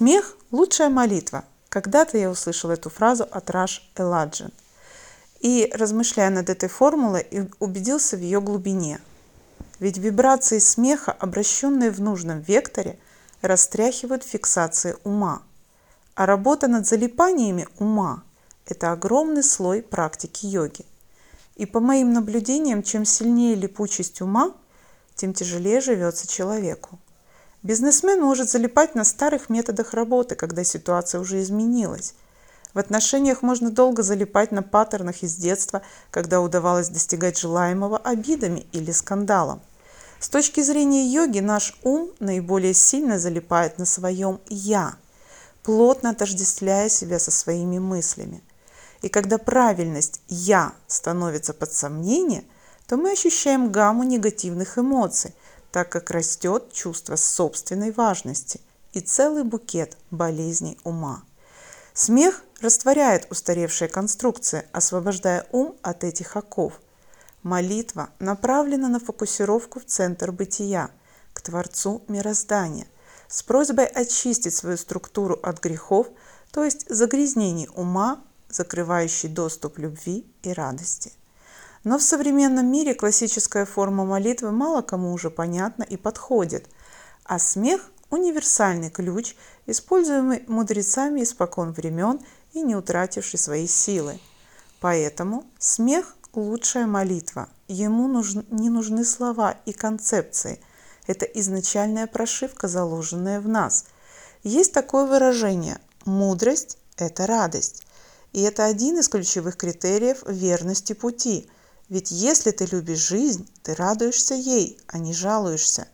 Смех – лучшая молитва. Когда-то я услышала эту фразу от Раш Эладжин. И, размышляя над этой формулой, убедился в ее глубине. Ведь вибрации смеха, обращенные в нужном векторе, растряхивают фиксации ума. А работа над залипаниями ума – это огромный слой практики йоги. И по моим наблюдениям, чем сильнее липучесть ума, тем тяжелее живется человеку. Бизнесмен может залипать на старых методах работы, когда ситуация уже изменилась. В отношениях можно долго залипать на паттернах из детства, когда удавалось достигать желаемого обидами или скандалом. С точки зрения йоги, наш ум наиболее сильно залипает на своем «я», плотно отождествляя себя со своими мыслями. И когда правильность «я» становится под сомнение, то мы ощущаем гамму негативных эмоций, так как растет чувство собственной важности и целый букет болезней ума. Смех растворяет устаревшие конструкции, освобождая ум от этих оков. Молитва направлена на фокусировку в центр бытия, к Творцу мироздания, с просьбой очистить свою структуру от грехов, то есть загрязнений ума, закрывающий доступ любви и радости. Но в современном мире классическая форма молитвы мало кому уже понятна и подходит, а смех – универсальный ключ, используемый мудрецами испокон времен и не утративший своей силы. Поэтому смех – лучшая молитва, ему не нужны слова и концепции, это изначальная прошивка, заложенная в нас. Есть такое выражение «мудрость – это радость», и это один из ключевых критериев верности пути. Ведь если ты любишь жизнь, ты радуешься ей, а не жалуешься.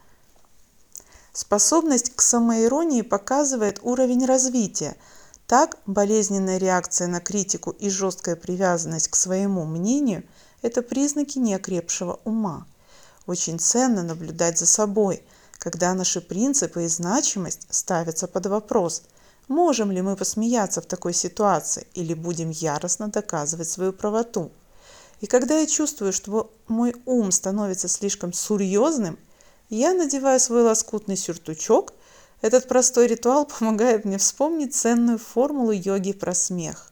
Способность к самоиронии показывает уровень развития. Так, болезненная реакция на критику и жесткая привязанность к своему мнению – это признаки неокрепшего ума. Очень ценно наблюдать за собой, когда наши принципы и значимость ставятся под вопрос. Можем ли мы посмеяться в такой ситуации или будем яростно доказывать свою правоту? И когда я чувствую, что мой ум становится слишком серьезным, я надеваю свой лоскутный сюртучок. Этот простой ритуал помогает мне вспомнить ценную формулу йоги про смех.